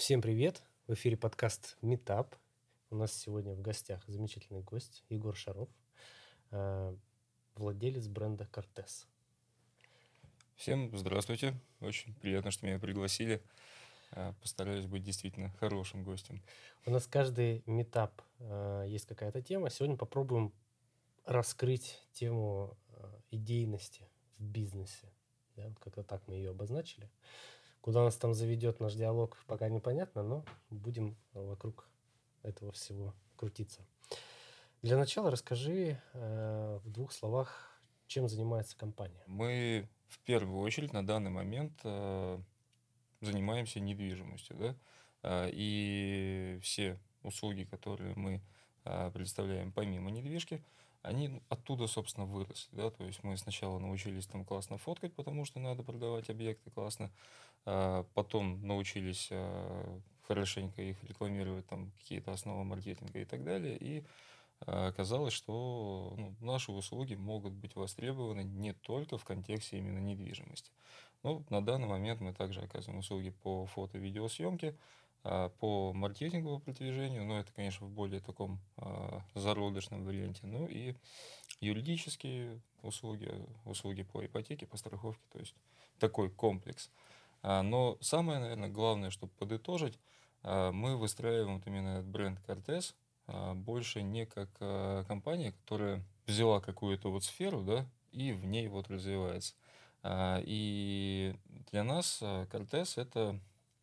Всем привет! В эфире подкаст Meetup. У нас сегодня в гостях замечательный гость Егор Шаров, э, владелец бренда Cortez. Всем здравствуйте. Очень приятно, что меня пригласили. Постараюсь быть действительно хорошим гостем. У нас каждый Meetup есть какая-то тема. Сегодня попробуем раскрыть тему идейности в бизнесе. Да, вот как-то так мы ее обозначили. Куда нас там заведет наш диалог, пока непонятно, но будем вокруг этого всего крутиться. Для начала расскажи в двух словах, чем занимается компания. Мы в первую очередь на данный момент занимаемся недвижимостью, да, и все услуги, которые мы предоставляем помимо недвижки, они оттуда, собственно, выросли, да, то есть мы сначала научились там классно фоткать, потому что надо продавать объекты классно, потом научились хорошенько их рекламировать, там какие-то основы маркетинга и так далее, и оказалось, что наши услуги могут быть востребованы не только в контексте именно недвижимости. Но на данный момент мы также оказываем услуги по фото-видеосъемке, по маркетинговому продвижению, но это, конечно, в более таком зародышном варианте. Ну и юридические услуги, услуги по ипотеке, по страховке, то есть такой комплекс. Но самое, наверное, главное, чтобы подытожить, мы выстраиваем вот именно этот бренд Cortez больше не как компания, которая взяла какую-то вот сферу, да, и в ней вот развивается. И для нас Cortez это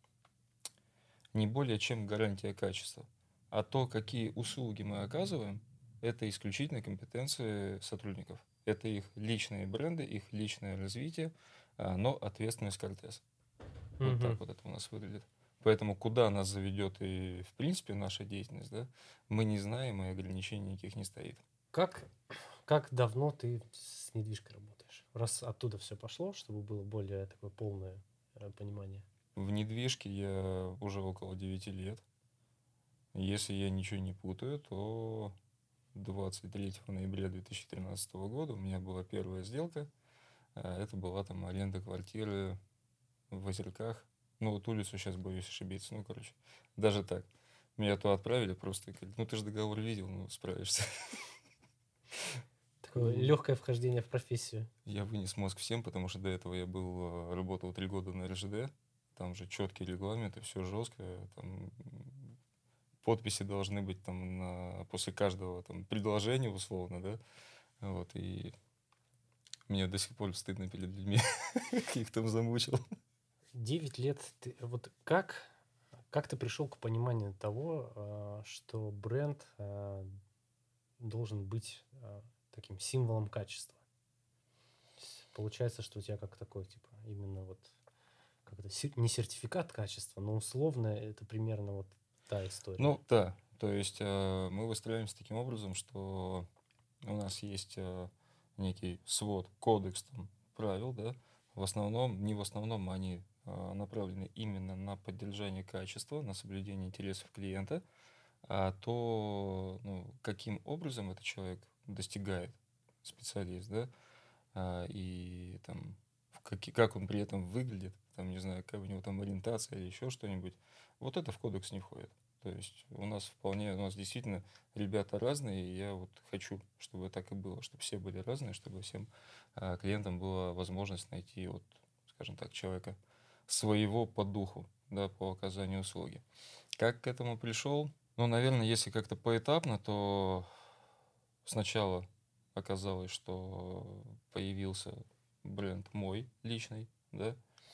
не более чем гарантия качества. А то, какие услуги мы оказываем, это исключительно компетенции сотрудников. Это их личные бренды, их личное развитие, но ответственность Cortez. Вот Мгм. так вот это у нас выглядит. Поэтому куда нас заведет и, в принципе, наша деятельность, да, мы не знаем, и ограничений никаких не стоит. Как, как давно ты с недвижкой работаешь? Раз оттуда все пошло, чтобы было более такое полное понимание. В недвижке я уже около 9 лет. Если я ничего не путаю, то 23 ноября 2013 года у меня была первая сделка. Это была там аренда квартиры в Озерках. Ну, вот улицу сейчас боюсь ошибиться. Ну, короче, даже так. Меня туда отправили просто. Ну, ты же договор видел, ну, справишься. Такое легкое вхождение в профессию. Я вынес мозг всем, потому что до этого я работал 3 года на РЖД. Там же четкий регламент, и все жестко. Там подписи должны быть там после каждого там предложения, условно, да. Вот, и мне до сих пор стыдно перед людьми, как их там замучил. 9 лет. Вот как ты пришел к пониманию того, что бренд должен быть таким символом качества? Получается, что у тебя как такой, типа, именно вот как это, не сертификат качества, но условно это примерно вот та история. Ну, да, то есть мы выстраиваемся таким образом, что у нас есть некий свод, кодекс там, правил, да, в основном, не в основном, они направлены именно на поддержание качества, на соблюдение интересов клиента, а то, каким образом этот человек достигает, специалист, да, и там, как он при этом выглядит, там, не знаю, какая у него там ориентация или еще что-нибудь, вот это в кодекс не входит. То есть у нас действительно ребята разные, и я вот хочу, чтобы так и было, чтобы все были разные, чтобы всем клиентам была возможность найти, вот, скажем так, человека своего по духу, да, по оказанию услуги. Как к этому пришел? Ну, наверное, если как-то поэтапно, то сначала оказалось, что появился бренд мой личный, да.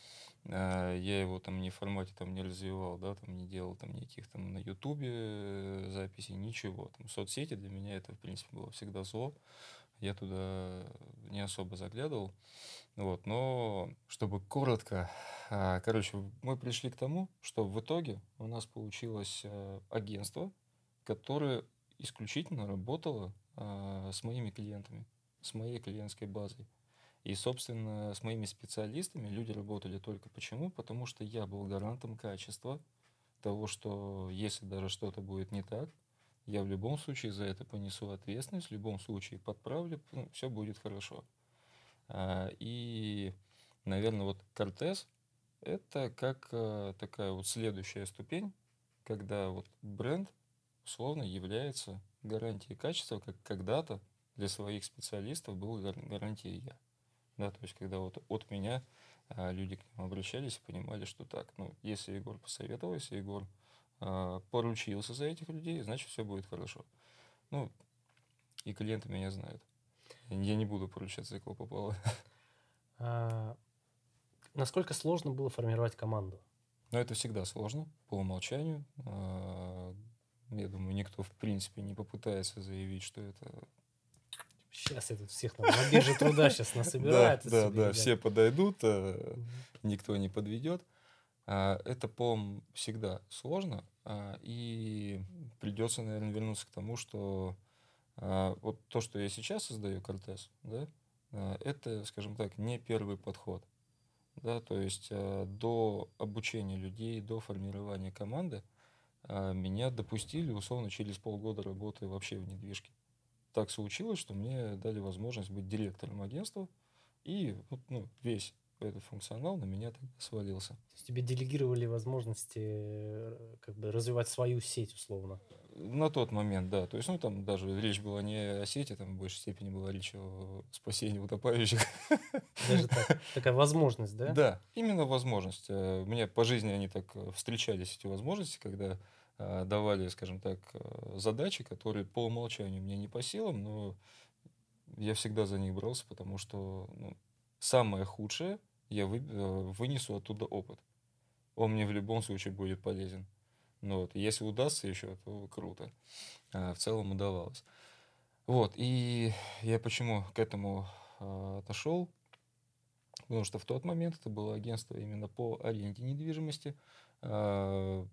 Я его там не в формате там не развивал, да, там не делал там никаких там на Ютубе записей, ничего. Там соцсети для меня это, в принципе, было всегда зло. Я туда не особо заглядывал. Вот, но чтобы коротко, короче, мы пришли к тому, что в итоге у нас получилось агентство, которое исключительно работало с моими клиентами, с моей клиентской базой. И, собственно, с моими специалистами люди работали только почему? Потому что я был гарантом качества того, что если даже что-то будет не так, я в любом случае за это понесу ответственность, в любом случае подправлю, все будет хорошо. И, наверное, вот Кортес Это как такая вот следующая ступень, когда вот бренд условно является гарантией качества, как когда-то для своих специалистов был гарантией я. Да, то есть когда вот от меня люди к нему обращались и понимали, что так, ну, если Егор посоветовал, если Егор поручился за этих людей, значит, все будет хорошо. Ну, и клиенты меня знают. Я не буду поручаться, за кого попало. А, насколько сложно было формировать команду? Но это всегда сложно, по умолчанию. Я думаю, никто в принципе не попытается заявить, что это... Сейчас я тут всех на бирже труда сейчас Да, насобирают из да, себе да, ребят. все подойдут, Мгм. никто не подведет. Это, по-моему, всегда сложно, и придется, наверное, вернуться к тому, что вот то, что я сейчас создаю, Кортес, да, это, скажем так, не первый подход. Да, то есть до обучения людей, до формирования команды меня допустили условно через полгода работы вообще в недвижке. Так случилось, что мне дали возможность быть директором агентства, и вот, ну, весь этот функционал на меня тогда свалился. То есть тебе делегировали возможности как бы развивать свою сеть условно. На тот момент, да. То есть, ну, там даже речь была не о сети, там в большей степени была речь о спасении утопающих. Даже так. Такая возможность, да? Да, именно возможность. Мне по жизни они так встречались, эти возможности, когда давали, скажем так, задачи, которые по умолчанию мне не по силам, но я всегда за них брался, потому что ну, самое худшее я вынесу оттуда опыт. Он мне в любом случае будет полезен. Ну, вот. Если удастся еще, то круто. В целом удавалось. Вот, и я почему к этому отошел? Потому что в тот момент это было агентство именно по аренде недвижимости. А,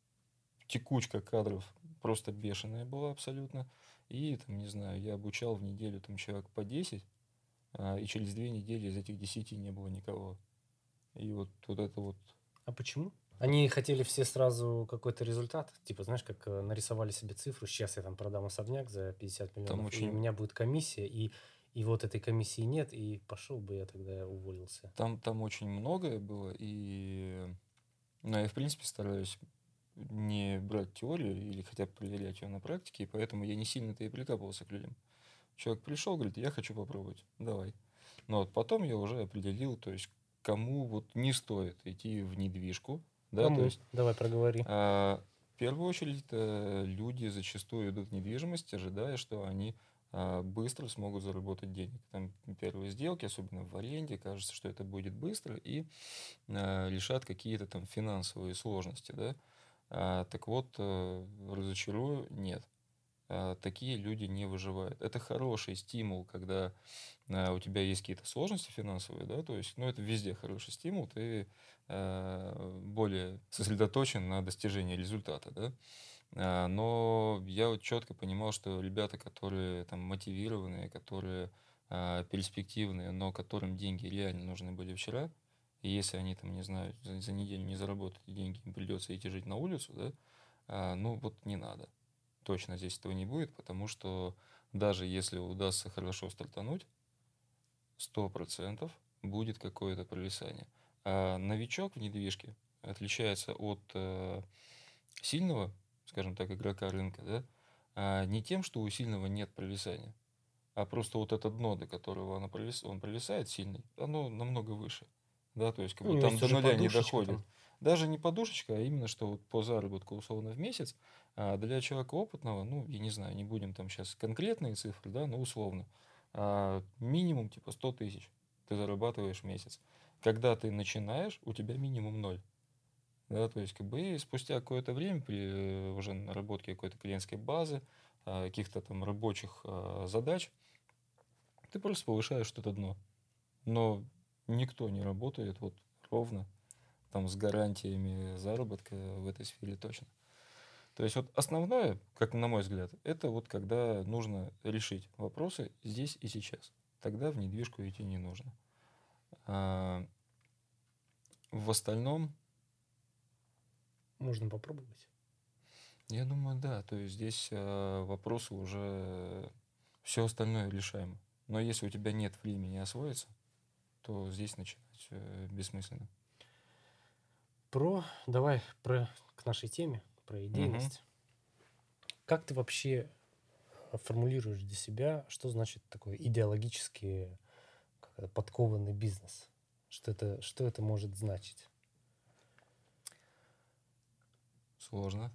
Текучка кадров просто бешеная была абсолютно. И, там, не знаю, я обучал в неделю там человек по 10, и через 2 недели из этих 10 не было никого. И вот это вот... А почему? Они хотели все сразу какой-то результат. Типа, знаешь, как нарисовали себе цифру. Сейчас я там продам особняк за 50 Там миллионов, и у очень, меня будет комиссия, и вот этой комиссии нет, и пошел бы я тогда уволился. там очень многое было, и ну, я, в принципе, стараюсь не брать теорию или хотя бы проверять ее на практике, и поэтому я не сильно-то и прикапывался к людям. Человек пришел, говорит, я хочу попробовать, давай. Но вот потом я уже определил, то есть кому вот не стоит идти в недвижку, да, то Кому? есть Давай проговори. в первую очередь люди зачастую идут в недвижимость, ожидая, что они быстро смогут заработать денег. Там первые сделки, особенно в аренде, кажется, что это будет быстро и решат какие-то там финансовые сложности, да. Так вот, разочарую, нет. Такие люди не выживают. Это хороший стимул, когда у тебя есть какие-то сложности финансовые, да, то есть, ну, это везде хороший стимул, ты более сосредоточен на достижении результата, да. Но я вот четко понимал, что ребята, которые там мотивированные, которые перспективные, но которым деньги реально нужны были вчера, и если они там, не знаю, за неделю не заработают деньги, им придется идти жить на улицу, да, ну вот не надо. Точно здесь этого не будет, потому что даже если удастся хорошо стартануть, 100% будет какое-то провисание. А новичок в недвижке отличается от сильного, скажем так, игрока рынка, да, не тем, что у сильного нет провисания, а просто вот это дно, до которого он провисает сильный, оно намного выше. Да, то есть как Ну, у бы него там есть до уже нуля не подушечка доходит. там. Даже не подушечка, а именно что вот по заработку условно в месяц, для человека опытного, ну, я не знаю, не будем там сейчас конкретные цифры, да, но условно, минимум типа 100 тысяч ты зарабатываешь в месяц. Когда ты начинаешь, у тебя минимум ноль. Да, то есть, как бы, и спустя какое-то время при уже наработке какой-то клиентской базы, каких-то там рабочих задач, ты просто повышаешь что-то дно. Но никто не работает вот ровно там с гарантиями заработка в этой сфере точно. То есть вот основное, как на мой взгляд, это вот когда нужно решить вопросы здесь и сейчас. Тогда в недвижку идти не нужно. А в остальном, Можно попробовать. я думаю, да, то есть здесь вопросы уже все остальное решаемо. Но если у тебя нет времени освоиться, то здесь начинать бессмысленно. Давай к нашей теме, про Мгм. идейность. Как ты вообще формулируешь для себя, что значит такой идеологически подкованный бизнес? Что это может значить? Сложно.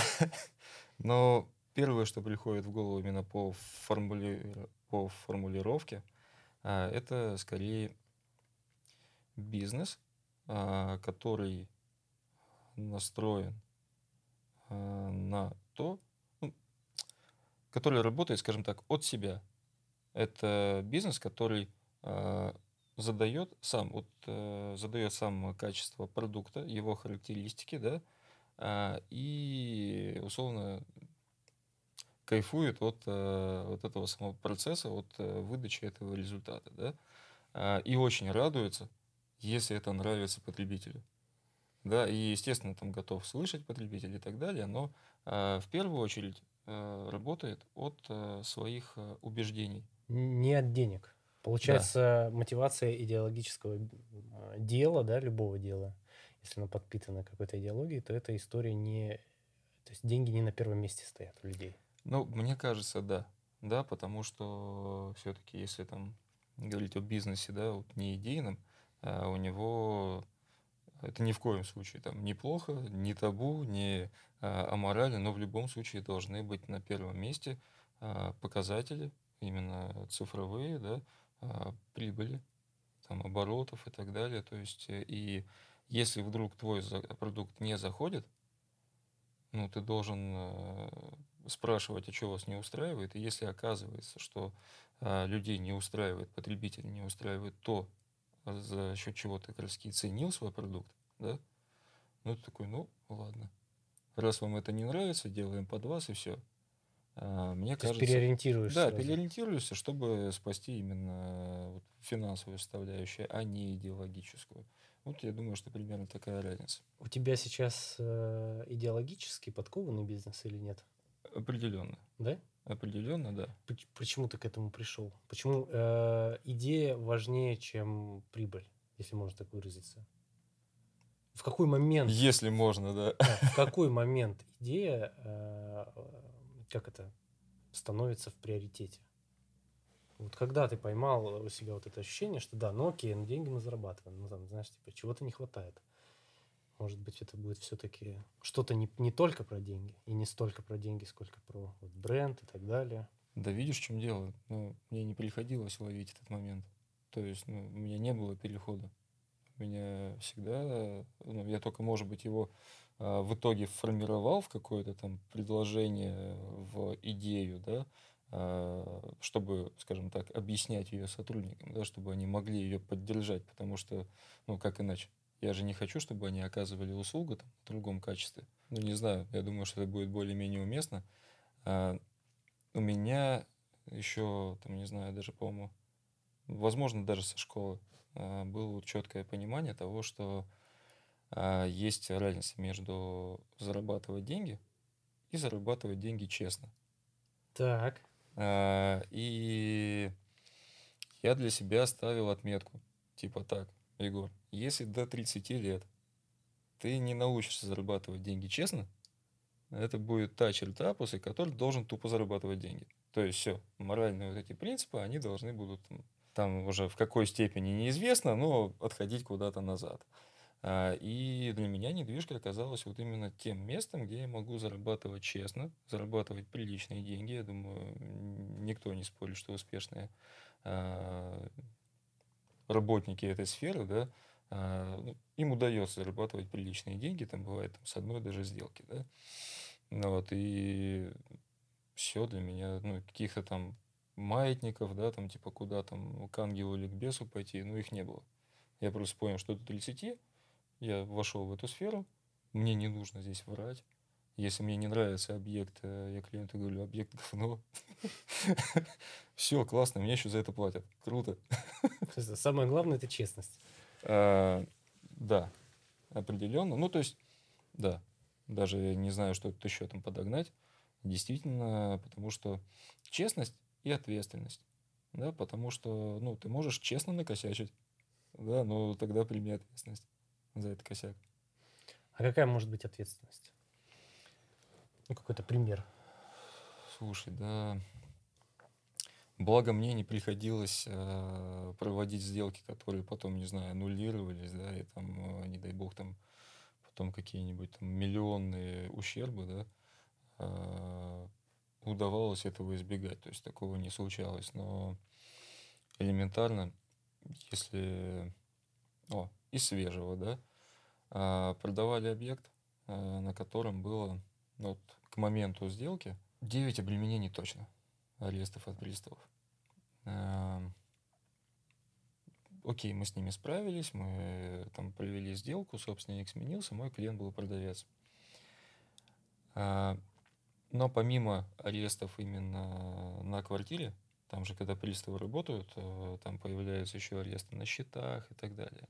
Но первое, что приходит в голову именно по формулировке, это скорее бизнес, который настроен на то, ну, который работает, скажем так, от себя. Это бизнес, который а, задает сам качество продукта, его характеристики, да, и условно кайфует от вот этого самого процесса, от выдачи этого результата, да, и очень радуется, если это нравится потребителю. Да, и, естественно, там готов слышать потребителей и так далее, но в первую очередь работает от своих убеждений. Не от денег. Да, Получается, мотивация идеологического дела, да, любого дела, если оно подпитано какой-то идеологией, то эта история не... То есть деньги не на первом месте стоят у людей. ну, мне кажется, да. Да, потому что все-таки, если там говорить о бизнесе, да, вот не идейном, у него это ни в коем случае там неплохо, не табу, не аморально, но в любом случае должны быть на первом месте показатели, именно цифровые, да, прибыли, там, оборотов и так далее. То есть, и если вдруг твой продукт не заходит, ну, ты должен спрашивать, а что вас не устраивает. И если оказывается, что людей не устраивает, потребителей не устраивает то, за счет чего ты как раз ценил свой продукт, да, ну, ты такой, ну, ладно. Раз вам это не нравится, делаем под вас и все. Мне То есть кажется, переориентируешь да, сразу. переориентируешься, чтобы спасти именно вот финансовую составляющую, а не идеологическую. Вот я думаю, что примерно такая разница. У тебя сейчас идеологически подкованный бизнес или нет? Определенно. Да? Определенно, да. Почему ты к этому пришел? Почему идея важнее, чем прибыль, если можно так выразиться? В какой момент, Если можно, да. да, в какой момент идея, как это, становится в приоритете? Вот когда ты поймал у себя вот это ощущение, что да, ну окей, ну деньги мы зарабатываем, ну там, знаешь, типа чего-то не хватает. Может быть, это будет все-таки что-то не только про деньги, и не столько про деньги, сколько про вот бренд и так далее. Да видишь, в чем дело? Ну, мне не приходилось ловить этот момент. То есть, ну, у меня не было перехода. У меня всегда, ну, я только, может быть, его в итоге формировал в какое-то там предложение, в идею, да, чтобы, скажем так, объяснять ее сотрудникам, да, чтобы они могли ее поддержать, потому что, ну, как иначе? Я же не хочу, чтобы они оказывали услугу там, в другом качестве. Ну, не знаю, я думаю, что это будет более-менее уместно. А, У меня еще, там, не знаю, даже, по-моему, возможно, даже со школы было четкое понимание того, что есть разница между зарабатывать деньги и зарабатывать деньги честно. Так, И я для себя ставил отметку, типа так, Егор, если до 30 лет ты не научишься зарабатывать деньги честно, это будет та черта, после которой ты должен тупо зарабатывать деньги. То есть все, моральные вот эти принципы, они должны будут там уже в какой степени неизвестно, но отходить куда-то назад. И для меня недвижка оказалась вот именно тем местом, где я могу зарабатывать честно, зарабатывать приличные деньги. Я думаю, никто не спорит, что успешные а, работники этой сферы, да, ну, им удается зарабатывать приличные деньги, там бывает там, с одной даже сделки, да. Ну, вот, и все для меня, ну, каких-то там маятников, да, там типа куда там к ангелу или к бесу пойти, ну, их не было. Я просто понял, что до 30 я вошел в эту сферу, мне не нужно здесь врать. Если мне не нравится объект, я клиенту говорю, объект говно. Все, классно, мне еще за это платят. Круто. самое главное это честность. А, Да, определенно. Ну, то есть, да, даже я не знаю, что тут еще там подогнать. Действительно, потому что честность и ответственность. Да, потому что, ну, ты можешь честно накосячить, да, но тогда прими ответственность за этот косяк. А какая может быть ответственность? Ну, какой-то пример. Слушай, да, благо мне не приходилось проводить сделки, которые потом, не знаю, аннулировались, да, и там, не дай бог, там потом какие-нибудь там миллионные ущербы, да, удавалось этого избегать, то есть такого не случалось, но элементарно, если, из свежего, да, продавали объект, на котором было, ну, вот, к моменту сделки 9 обременений точно, арестов от приставов. Окей, мы с ними справились, мы там провели сделку, собственник сменился, мой клиент был продавец. Но помимо арестов именно на квартире, там же, когда приставы работают, там появляются еще аресты на счетах и так далее.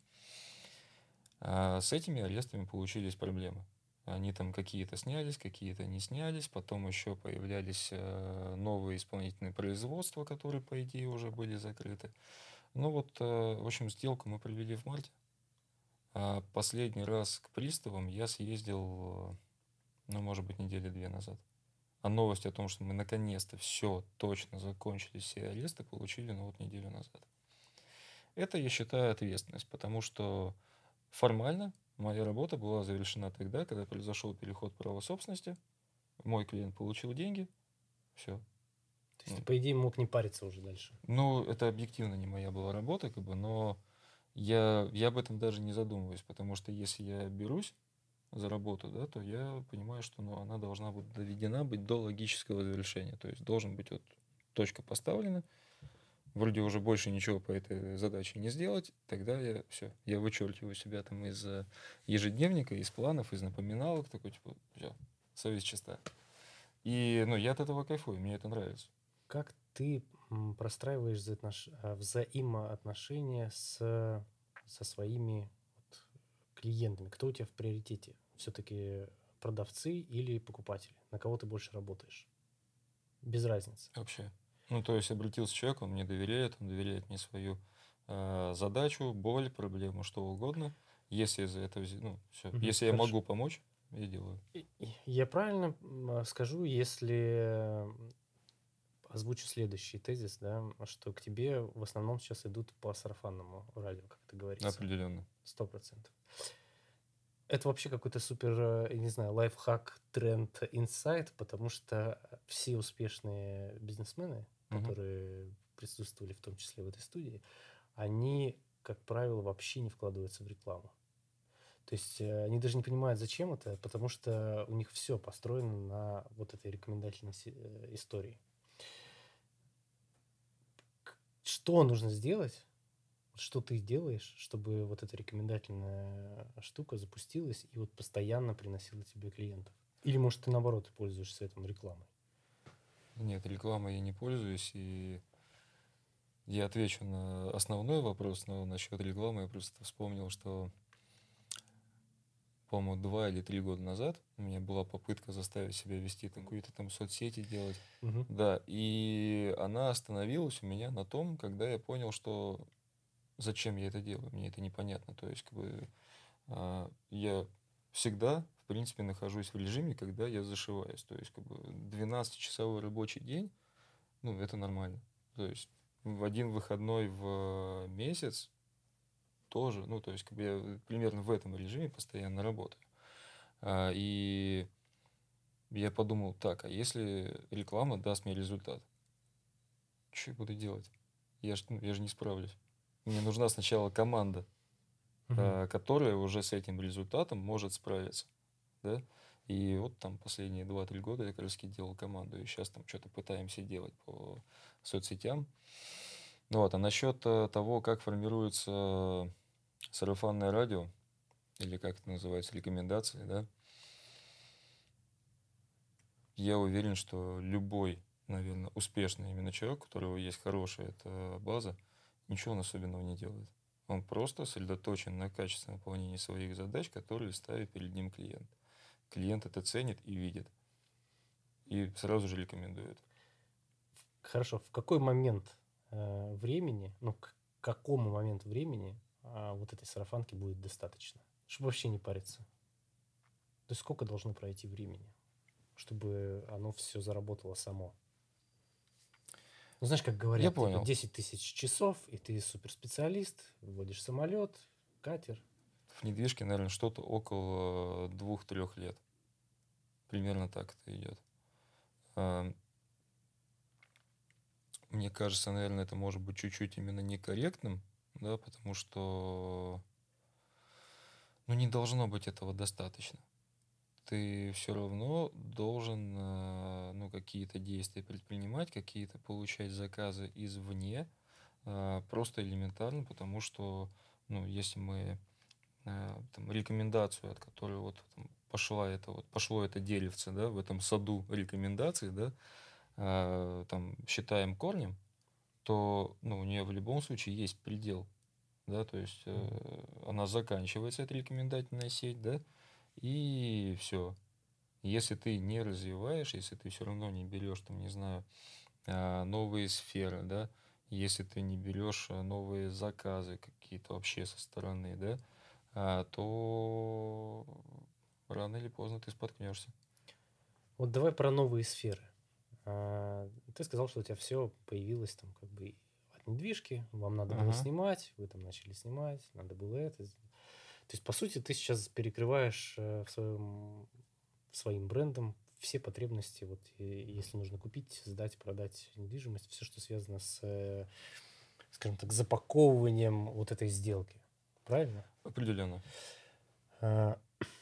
С этими арестами получились проблемы. Они там какие-то снялись, какие-то не снялись. Потом еще появлялись новые исполнительные производства, которые, по идее, уже были закрыты. Ну вот, в общем, сделку мы провели в марте. А последний раз к приставам я съездил, ну, может быть, недели 2 назад. А новость о том, что мы наконец-то все точно закончили, все аресты, получили, ну, вот неделю назад. Это, я считаю, ответственность, потому что формально моя работа была завершена тогда, когда произошел переход права собственности, мой клиент получил деньги, все. То есть ты, по идее, мог не париться уже дальше. Ну, это объективно не моя была работа, как бы, но я об этом даже не задумываюсь, потому что если я берусь за работу, да, то я понимаю, что, ну, она должна быть доведена быть до логического завершения. То есть должен быть вот точка поставлена, вроде уже больше ничего по этой задаче не сделать, тогда я все, я вычеркиваю себя там из ежедневника, из планов, из напоминалок, такой типа, все, совесть чиста. И, ну, я от этого кайфую, мне это нравится. Как ты простраиваешь взаимоотношения со своими вот клиентами? Кто у тебя в приоритете? Все-таки продавцы или покупатели? На кого ты больше работаешь? Без разницы. Вообще. Ну, то есть обратился человек, он мне доверяет, он доверяет мне свою задачу, боль, проблему, что угодно. Если я за это, ну, все. Если я Хорошо. могу помочь, я делаю. Я правильно скажу, если озвучу следующий тезис, да, что к тебе в основном сейчас идут по сарафанному радио, как это говорится. Определенно. 100%. Это вообще какой-то супер, я не знаю, лайфхак, тренд, инсайт, потому что все успешные бизнесмены, которые присутствовали в том числе в этой студии, они, как правило, вообще не вкладываются в рекламу. То есть они даже не понимают, зачем это, потому что у них все построено на вот этой рекомендательной истории. Что нужно сделать, что ты делаешь, чтобы вот эта рекомендательная штука запустилась и вот постоянно приносила тебе клиентов? Или, может, ты, наоборот, пользуешься этим рекламой? Нет, рекламой я не пользуюсь, и я отвечу на основной вопрос, но насчет рекламы я просто вспомнил, что, по-моему, 2 или 3 года назад у меня была попытка заставить себя вести какие-то там соцсети делать. Да, и она остановилась у меня на том, когда я понял, что зачем я это делаю, мне это непонятно. То есть, как бы, я всегда, в принципе, нахожусь в режиме, когда я зашиваюсь. То есть, как бы, 12-часовой рабочий день, ну, это нормально. То есть, в один выходной в месяц тоже, ну, то есть, как бы я примерно в этом режиме постоянно работаю. И я подумал, так, а если реклама даст мне результат, что я буду делать? Я же не справлюсь. Мне нужна сначала команда, которая уже с этим результатом может справиться. Да? И вот там последние 2-3 года я как раз делал команду, и сейчас там что-то пытаемся делать по соцсетям. Ну вот, а насчет того, как формируется сарафанное радио, или как это называется, рекомендации, да, я уверен, что любой, наверное, успешный именно человек, у которого есть хорошая эта база, ничего он особенного не делает. Он просто сосредоточен на качественном выполнении своих задач, которые ставит перед ним клиент. Клиент это ценит и видит. И сразу же рекомендует. Хорошо. В какой момент времени, ну, к какому моменту времени вот этой сарафанки будет достаточно? Чтобы вообще не париться. То есть сколько должно пройти времени, чтобы оно все заработало само? Ну, знаешь, как Я говорят, типа понял. 10 тысяч часов, и ты суперспециалист, вводишь самолет, катер. В недвижке, наверное, что-то около 2-3 лет. Примерно так это идет. А, Мне кажется, наверное, это может быть чуть-чуть именно некорректным, да, потому что, ну, не должно быть этого достаточно. Ты все равно должен, ну, какие-то действия предпринимать, какие-то получать заказы извне, просто элементарно, потому что, ну, если мы там, рекомендацию, от которой вот там, пошло это деревце, да, в этом саду рекомендаций, да, там считаем корнем, то, ну, у нее в любом случае есть предел, да, то есть она заканчивается, эта рекомендательная сеть, да, и все. Если ты не развиваешь, если ты все равно не берешь, там, не знаю, новые сферы, да, если ты не берешь новые заказы какие-то вообще со стороны, да, то рано или поздно ты споткнешься. Вот давай про новые сферы. Ты сказал, что у тебя все появилось там как бы от недвижки, вам надо было Ага. снимать, вы там начали снимать, надо было это. То есть, по сути, ты сейчас перекрываешь своим брендом все потребности, вот если нужно купить, сдать, продать недвижимость, все, что связано с, скажем так, запаковыванием вот этой сделки. Правильно? Определенно. А,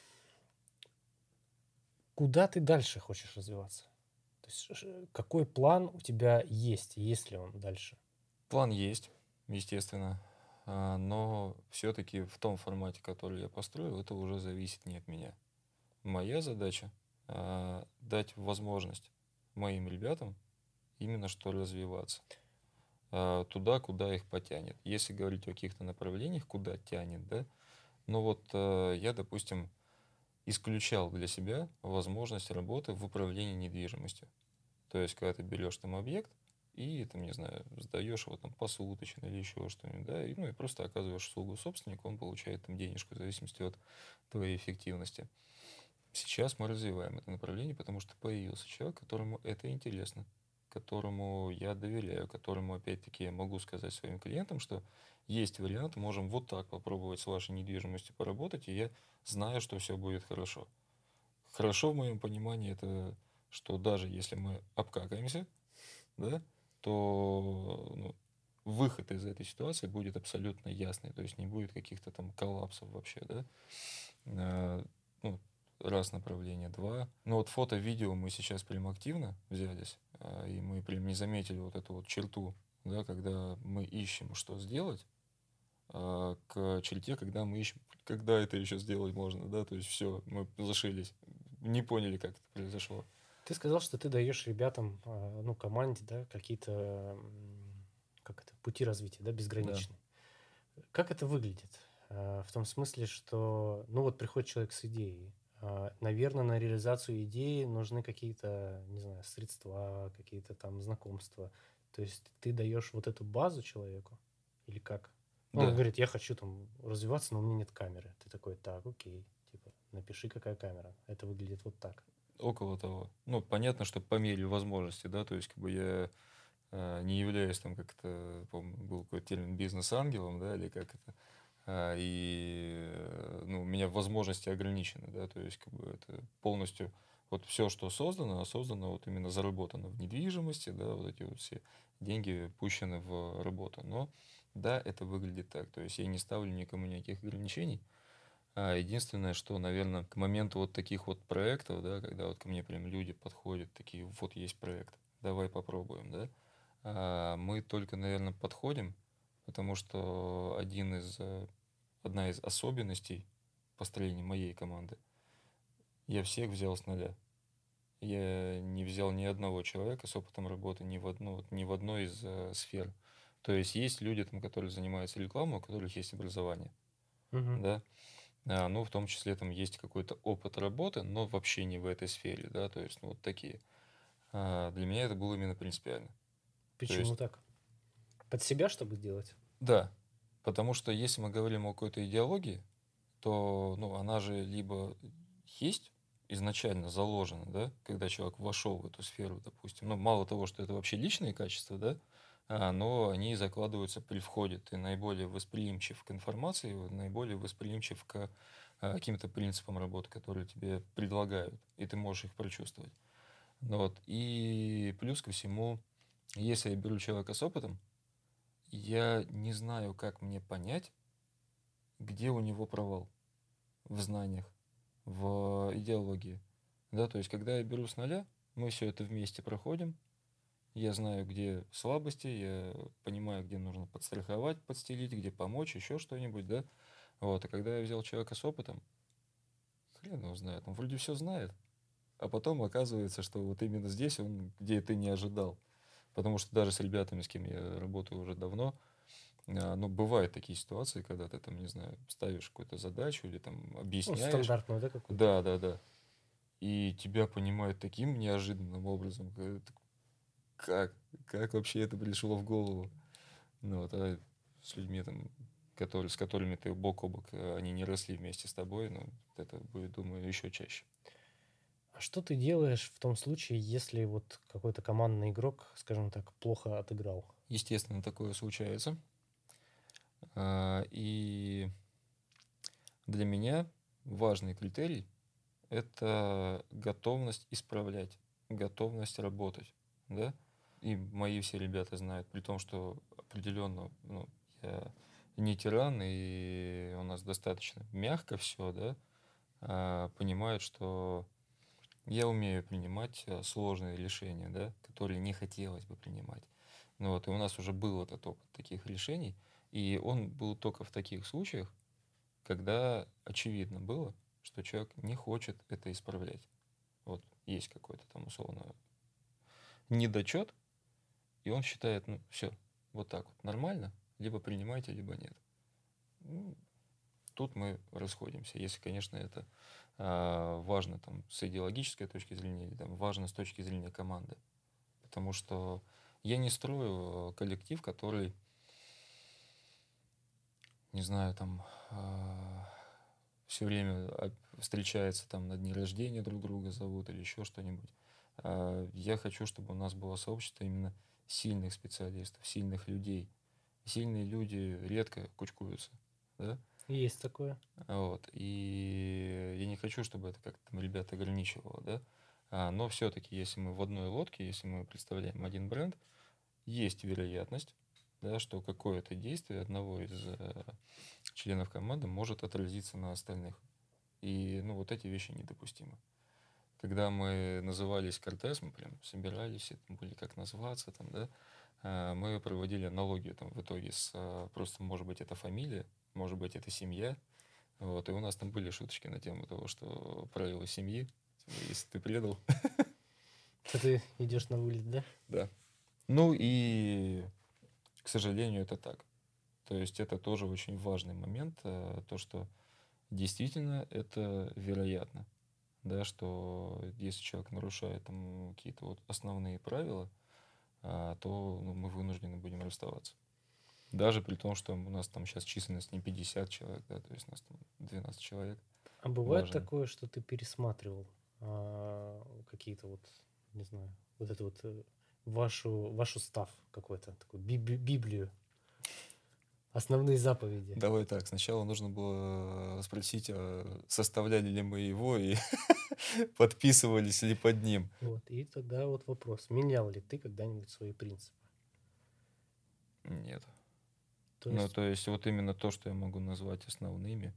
Куда ты дальше хочешь развиваться? То есть какой план у тебя есть ли он дальше? План есть, естественно, но все-таки в том формате, который я построил, это уже зависит не от меня. Моя задача дать возможность моим ребятам именно что развиваться туда, куда их потянет. Если говорить о каких-то направлениях, куда тянет, да, ну вот я, допустим, исключал для себя возможность работы в управлении недвижимостью. То есть, когда ты берешь там объект и, там, не знаю, сдаешь его там посуточно или еще что-нибудь, да, и, ну и просто оказываешь услугу собственнику, он получает там денежку в зависимости от твоей эффективности. Сейчас мы развиваем это направление, потому что появился человек, которому это интересно, которому я доверяю, которому, опять-таки, я могу сказать своим клиентам, что есть вариант, можем вот так попробовать с вашей недвижимостью поработать, и я знаю, что все будет хорошо. Хорошо в моем понимании это, что даже если мы обкакаемся, да, то ну, выход из этой ситуации будет абсолютно ясный, то есть не будет каких-то там коллапсов вообще, да. Ну, раз направление, два. Ну вот фото-видео мы сейчас прям активно взялись, и мы прям не заметили вот эту вот черту, да, когда мы ищем, что сделать, к черте, когда мы ищем, когда это еще сделать можно, да, то есть все, мы зашились, не поняли, как это произошло. Ты сказал, что ты даешь ребятам, ну, команде, да, какие-то, как это, пути развития, да, Да. безграничные. Как это выглядит? В том смысле, что, ну, вот приходит человек с идеей. Наверное, на реализацию идеи нужны какие-то, не знаю, средства, какие-то там знакомства. То есть ты даешь вот эту базу человеку или как? Ну, он Да, говорит, я хочу там развиваться, но у меня нет камеры. Ты такой, так, окей, типа, напиши, какая камера. Это выглядит вот так. около того. Ну, понятно, что по мере возможности, да, то есть как бы я не являюсь там как-то, помню, был какой-то термин бизнес-ангелом, да, или как это, ну, у меня возможности ограничены, да, то есть как бы это полностью вот все, что создано вот именно заработано в недвижимости, да, вот эти вот все деньги пущены в работу, но да, это выглядит так, то есть я не ставлю никому никаких ограничений, единственное, что, наверное, к моменту вот таких вот проектов, да, когда вот ко мне прям люди подходят, такие, вот есть проект, давай попробуем, да, мы только, наверное, подходим, потому что одна из особенностей построения моей команды, я всех взял с нуля. Я не взял ни одного человека с опытом работы ни в одной из сфер. То есть люди, там, которые занимаются рекламой, у которых есть образование, Мгм. да, ну, в том числе там есть какой-то опыт работы, но вообще не в этой сфере, да, то есть, ну, вот такие. Для меня это было именно принципиально. То Почему есть, так? Под себя, чтобы сделать? да, потому что если мы говорим о какой-то идеологии, то, ну, она же либо есть, изначально заложено, да, когда человек вошел в эту сферу, допустим. Ну, мало того, что это вообще личные качества, да, но они закладываются при входе. Ты наиболее восприимчив к информации, наиболее восприимчив к каким-то принципам работы, которые тебе предлагают, и ты можешь их прочувствовать. Ну вот. И плюс ко всему, если я беру человека с опытом, я не знаю, как мне понять, где у него провал в знаниях, в идеологии. Да, то есть, когда я беру с нуля, мы все это вместе проходим, я знаю, где слабости, я понимаю, где нужно подстраховать, подстелить, где помочь, еще что-нибудь, да. Вот, а когда я взял человека с опытом, хрен его знает, он вроде все знает, а потом оказывается, что вот именно здесь он, где ты не ожидал. Потому что даже с ребятами, с кем я работаю уже давно, ну, бывают такие ситуации, когда ты там, не знаю, ставишь какую-то задачу или там Ну, объясняешь. стандартную, да, какую-то? Да, да, да. И тебя понимают таким неожиданным образом. Когда ты как? Как вообще это пришло в голову? Ну, вот, а с людьми, там, с которыми ты бок о бок, они не росли вместе с тобой, ну, это будет, думаю, еще чаще. А что ты делаешь в том случае, если вот какой-то командный игрок, скажем так, плохо отыграл? Естественно, такое случается. И для меня важный критерий– это готовность исправлять, готовность работать, да. И мои все ребята знают, при том, что определенно, ну, я не тиран, и у нас достаточно мягко все, да, понимают, что я умею принимать сложные решения, да, которые не хотелось бы принимать. Ну вот, и у нас уже был этот опыт таких решений, и он был только в таких случаях, когда очевидно было, что человек не хочет это исправлять. Вот есть какой-то там условно недочет, и он считает, ну все, вот так вот нормально, либо принимайте, либо нет. Ну, тут мы расходимся, если, конечно, это важно там с идеологической точки зрения или там важно с точки зрения команды. Потому что я не строю коллектив, который, не знаю, там все время встречается там на дни рождения друг друга зовут или еще что-нибудь. Я хочу, чтобы у нас было сообщество именно сильных специалистов, сильных людей. Сильные люди редко кучкуются, да? Есть такое. Вот. И я не хочу, чтобы это как-то там ребят ограничивало, да? Но все-таки, если мы в одной лодке, если мы представляем один бренд, есть вероятность, да, что какое-то действие одного из членов команды может отразиться на остальных. И, ну, вот эти вещи недопустимы. Когда мы назывались Кортес, мы прям собирались, и там были как назваться, там, да, мы проводили аналогию там в итоге с просто, может быть, это фамилия, может быть, это семья. Вот, и у нас там были шуточки на тему того, что правила семьи, типа, если ты предал, То ты идешь на вылет, да? да. Ну и, к сожалению, это так. То есть это тоже очень важный момент, то, что действительно это вероятно, да, что если человек нарушает там какие-то вот основные правила, то ну, мы вынуждены будем расставаться. Даже при том, что у нас там сейчас численность не 50 человек, да, то есть у нас там 12 человек. А бывает Важно. такое, что ты пересматривал какие-то вот, не знаю, вот эту вот вашу став какой-то, такую Библию, основные заповеди. Давай так, сначала нужно было спросить, составляли ли мы его и подписывались ли под ним. Вот, и тогда вот вопрос, менял ли ты когда-нибудь свои принципы? Нет. То Ну, есть, то есть вот именно то, что я могу назвать основными,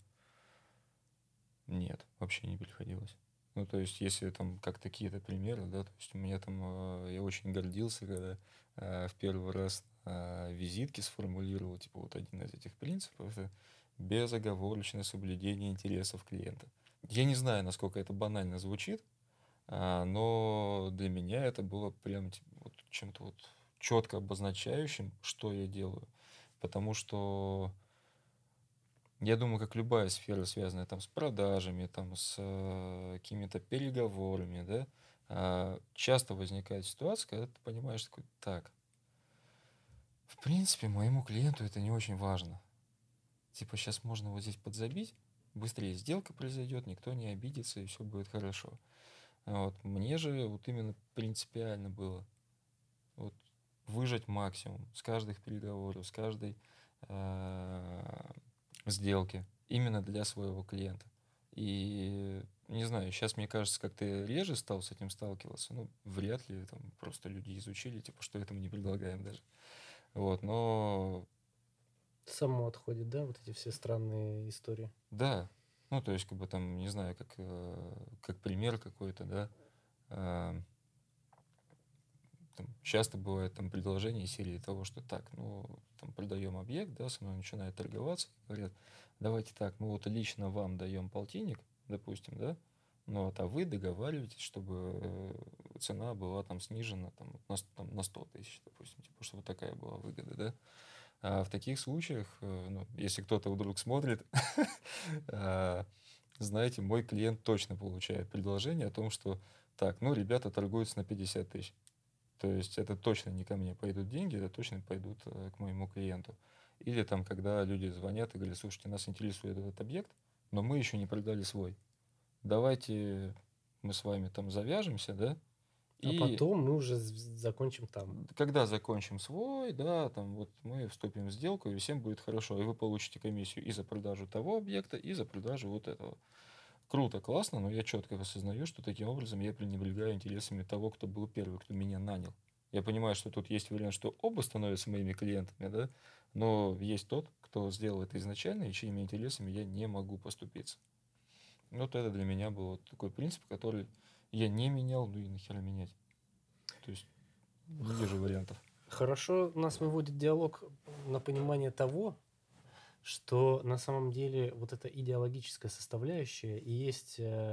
нет, вообще не приходилось. Ну, то есть, если там как какие-то примеры, да, то есть у меня там, я очень гордился, когда в первый раз визитки сформулировал, типа, вот один из этих принципов, это безоговорочное соблюдение интересов клиента. Я не знаю, насколько это банально звучит, но для меня это было прям типа, вот, чем-то вот четко обозначающим, что я делаю. Потому что я думаю, как любая сфера, связанная там с продажами, там с какими-то переговорами, да, часто возникает ситуация, когда ты понимаешь такой, так, в принципе, моему клиенту это не очень важно. Типа сейчас можно вот здесь подзабить, быстрее сделка произойдет, никто не обидится, и все будет хорошо. Вот. Мне же вот именно принципиально было вот выжать максимум с каждых переговоров, с каждой а, сделки именно для своего клиента. И не знаю, сейчас, мне кажется, как ты реже стал с этим сталкиваться. Ну, вряд ли там просто люди изучили, типа, что это мы не предлагаем даже. Вот, но Само отходит, да, вот эти все странные истории. да, ну, то есть, как бы там, не знаю, как пример какой-то, да, а, там часто бывает там предложение из серии того, что так, ну, там продаем объект, да, со мной начинает торговаться, говорят, давайте так, мы вот лично вам даем полтинник, допустим, да, ну, вот, а вы договариваетесь, чтобы цена была там снижена там, на 100 тысяч, допустим, типа, чтобы такая была выгода, да. А в таких случаях, ну, если кто-то вдруг смотрит, а, знаете, мой клиент точно получает предложение о том, что так, ну, ребята торгуются на 50 тысяч. То есть это точно не ко мне пойдут деньги, это точно пойдут к моему клиенту. Или там, когда люди звонят и говорят, слушайте, нас интересует этот объект, но мы еще не продали свой. Давайте мы с вами там завяжемся, да, А и потом мы уже закончим там. когда закончим свой, да, там вот мы вступим в сделку, и всем будет хорошо. И вы получите комиссию и за продажу того объекта, и за продажу вот этого. Круто, классно, но я четко осознаю, что таким образом я пренебрегаю интересами того, кто был первый, кто меня нанял. Я понимаю, что тут есть вариант, что оба становятся моими клиентами, да, но есть тот, кто сделал это изначально, и чьими интересами я не могу поступиться. Вот это для меня был вот такой принцип, который я не менял, ну и нахера менять. То есть не вижу вариантов. Хорошо нас выводит диалог на понимание того, что на самом деле вот эта идеологическая составляющая и есть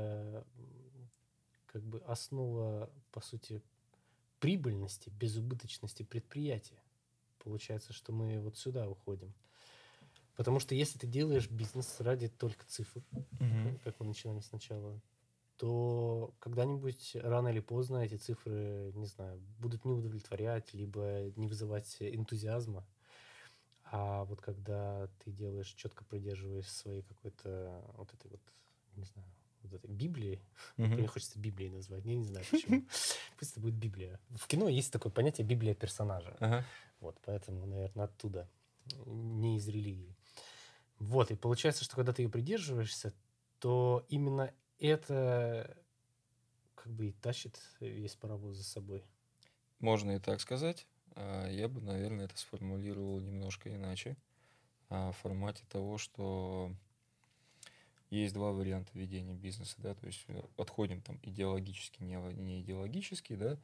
как бы основа, по сути, прибыльности, безубыточности предприятия. Получается, что мы вот сюда уходим. Потому что если ты делаешь бизнес ради только цифр, как мы начинали сначала, то когда-нибудь рано или поздно эти цифры, не знаю, будут не удовлетворять, либо не вызывать энтузиазма. А вот когда ты делаешь, четко придерживаясь своей какой-то вот этой вот, не знаю, вот этой Библии, мне хочется Библией назвать, я не знаю почему. Пусть это будет Библия. В кино есть такое понятие Библия персонажа. Ага. Вот, поэтому, наверное, оттуда, не из религии. Вот, и получается, что когда ты ее придерживаешься, то именно это как бы и тащит весь паровоз за собой. Можно и так сказать. Я бы, наверное, это сформулировал немножко иначе. В формате того, что есть два варианта ведения бизнеса, да, то есть отходим там идеологически, не идеологически, да,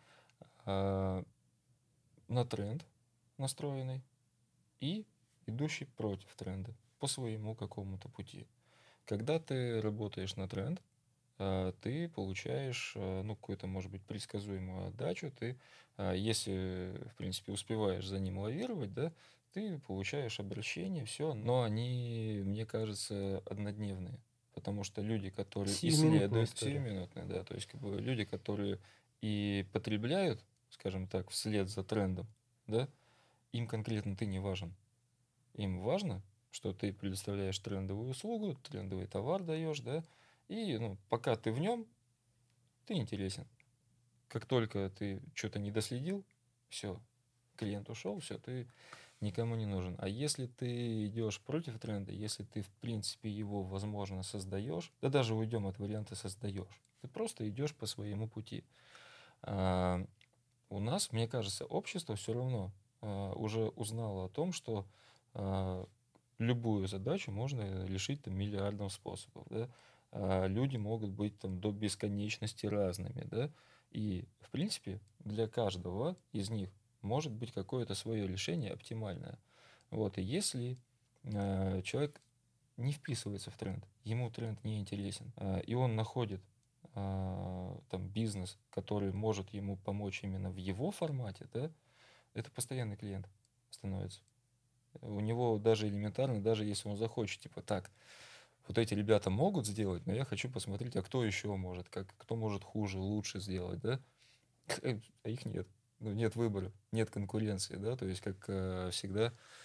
на тренд настроенный и идущий против тренда по своему какому-то пути. Когда ты работаешь на тренд, ты получаешь, ну, какую-то, может быть, предсказуемую отдачу. Ты, если, в принципе, успеваешь за ним лавировать, да, ты получаешь обращения, все, но они, мне кажется, однодневные. Потому что люди, которые Сиюминутная исследуют, история. сиюминутные, да, то есть как бы люди, которые и потребляют, скажем так, вслед за трендом, да, им конкретно ты не важен. Им важно, что ты предоставляешь трендовую услугу, трендовый товар даешь, да, и ну, пока ты в нем, ты интересен. Как только ты что-то не доследил, все, клиент ушел, все, ты никому не нужен. А если ты идешь против тренда, если ты, в принципе, его, возможно, создаешь, да даже уйдем от варианта создаешь, ты просто идешь по своему пути. А, у нас, мне кажется, общество все равно уже узнало о том, что любую задачу можно решить там, миллиардом способов. Да? Люди могут быть там, до бесконечности разными. Да? И, в принципе, для каждого из них может быть какое-то свое решение оптимальное. Вот. И если человек не вписывается в тренд, ему тренд не интересен, и он находит там бизнес, который может ему помочь именно в его формате, да, это постоянный клиент становится. У него даже элементарно, даже если он захочет, типа, так, вот эти ребята могут сделать, но я хочу посмотреть, а кто еще может, кто может хуже, лучше сделать, да? А их нет. Ну, нет выбора, нет конкуренции, да, то есть, как всегда,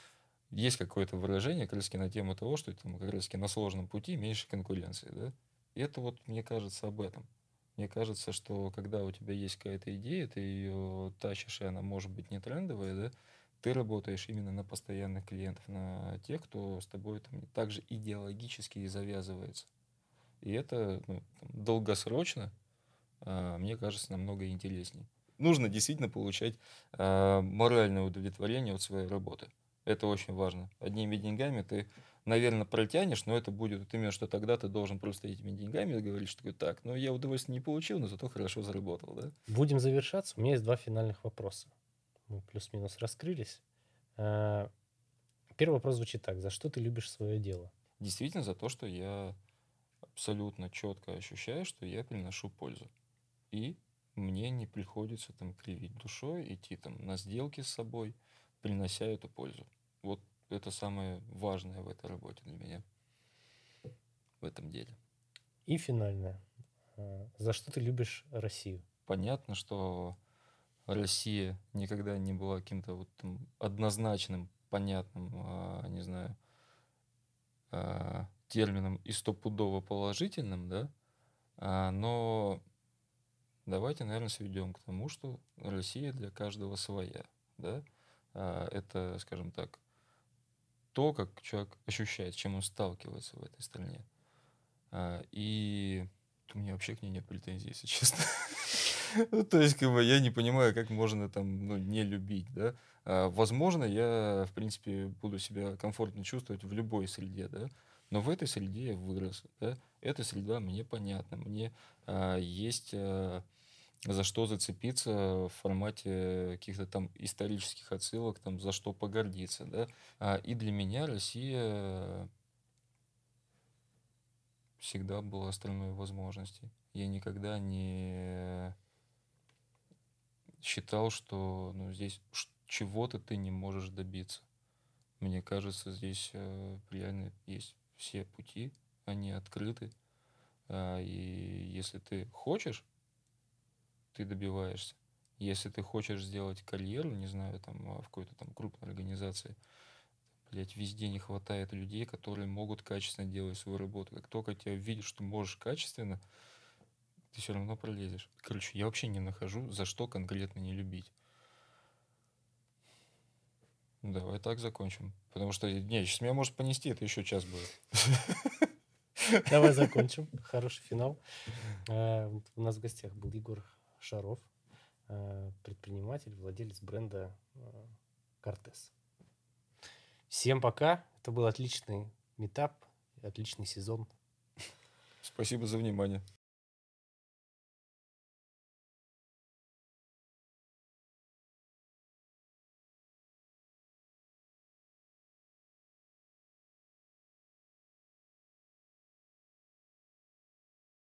есть какое-то выражение как раз на тему того, что там как раз на сложном пути меньше конкуренции, да? И это вот, мне кажется, об этом. Мне кажется, что когда у тебя есть какая-то идея, ты ее тащишь, и она может быть не трендовая, да, ты работаешь именно на постоянных клиентов, на тех, кто с тобой там также идеологически и завязывается. И это долгосрочно, мне кажется, намного интереснее. Нужно действительно получать моральное удовлетворение от своей работы. Это очень важно. Одними деньгами ты, наверное, протянешь, но это будет вот именно, что тогда ты должен просто этими деньгами говорить, что так, ну я удовольствие не получил, но зато хорошо заработал, да? Будем завершаться. У меня есть два финальных вопроса. Мы плюс-минус раскрылись. А, Первый вопрос звучит так. За что ты любишь свое дело? Действительно за то, что я абсолютно четко ощущаю, что я приношу пользу. И мне не приходится там кривить душой, идти там на сделки с собой, принося эту пользу. Вот это самое важное в этой работе для меня, в этом деле. И финальное. За что ты любишь Россию? Понятно, что Россия никогда не была каким-то вот там однозначным, понятным, не знаю, термином и стопудово положительным, да, но давайте, наверное, сведем к тому, что Россия для каждого своя, да. Это, скажем так, то, как человек ощущает, с чем он сталкивается в этой стране. И у меня вообще к ней нет претензий, если честно. Ну, то есть, как бы, я не понимаю, как можно там, ну, не любить, да. Возможно, я, в принципе, буду себя комфортно чувствовать в любой среде, да, но в этой среде я вырос, да. Эта среда мне понятна, мне есть за что зацепиться в формате каких-то там исторических отсылок, там, за что погордиться, да. И для меня Россия всегда была страной возможностей. Я никогда не считал, что ну, здесь чего-то ты не можешь добиться. Мне кажется, здесь реально есть все пути, они открыты. И если ты хочешь, ты добиваешься. Если ты хочешь сделать карьеру, не знаю, там в какой-то там крупной организации, блядь, везде не хватает людей, которые могут качественно делать свою работу. Как только тебя видят, что можешь качественно, ты все равно пролезешь. Короче, я вообще не нахожу, за что конкретно не любить. Давай так закончим. Потому что, не, сейчас меня может понести, это еще час будет. Давай закончим. Хороший финал. У нас в гостях был Егор Шаров, предприниматель, владелец бренда Кортес. Всем пока. Это был отличный митап, отличный сезон. Спасибо за внимание.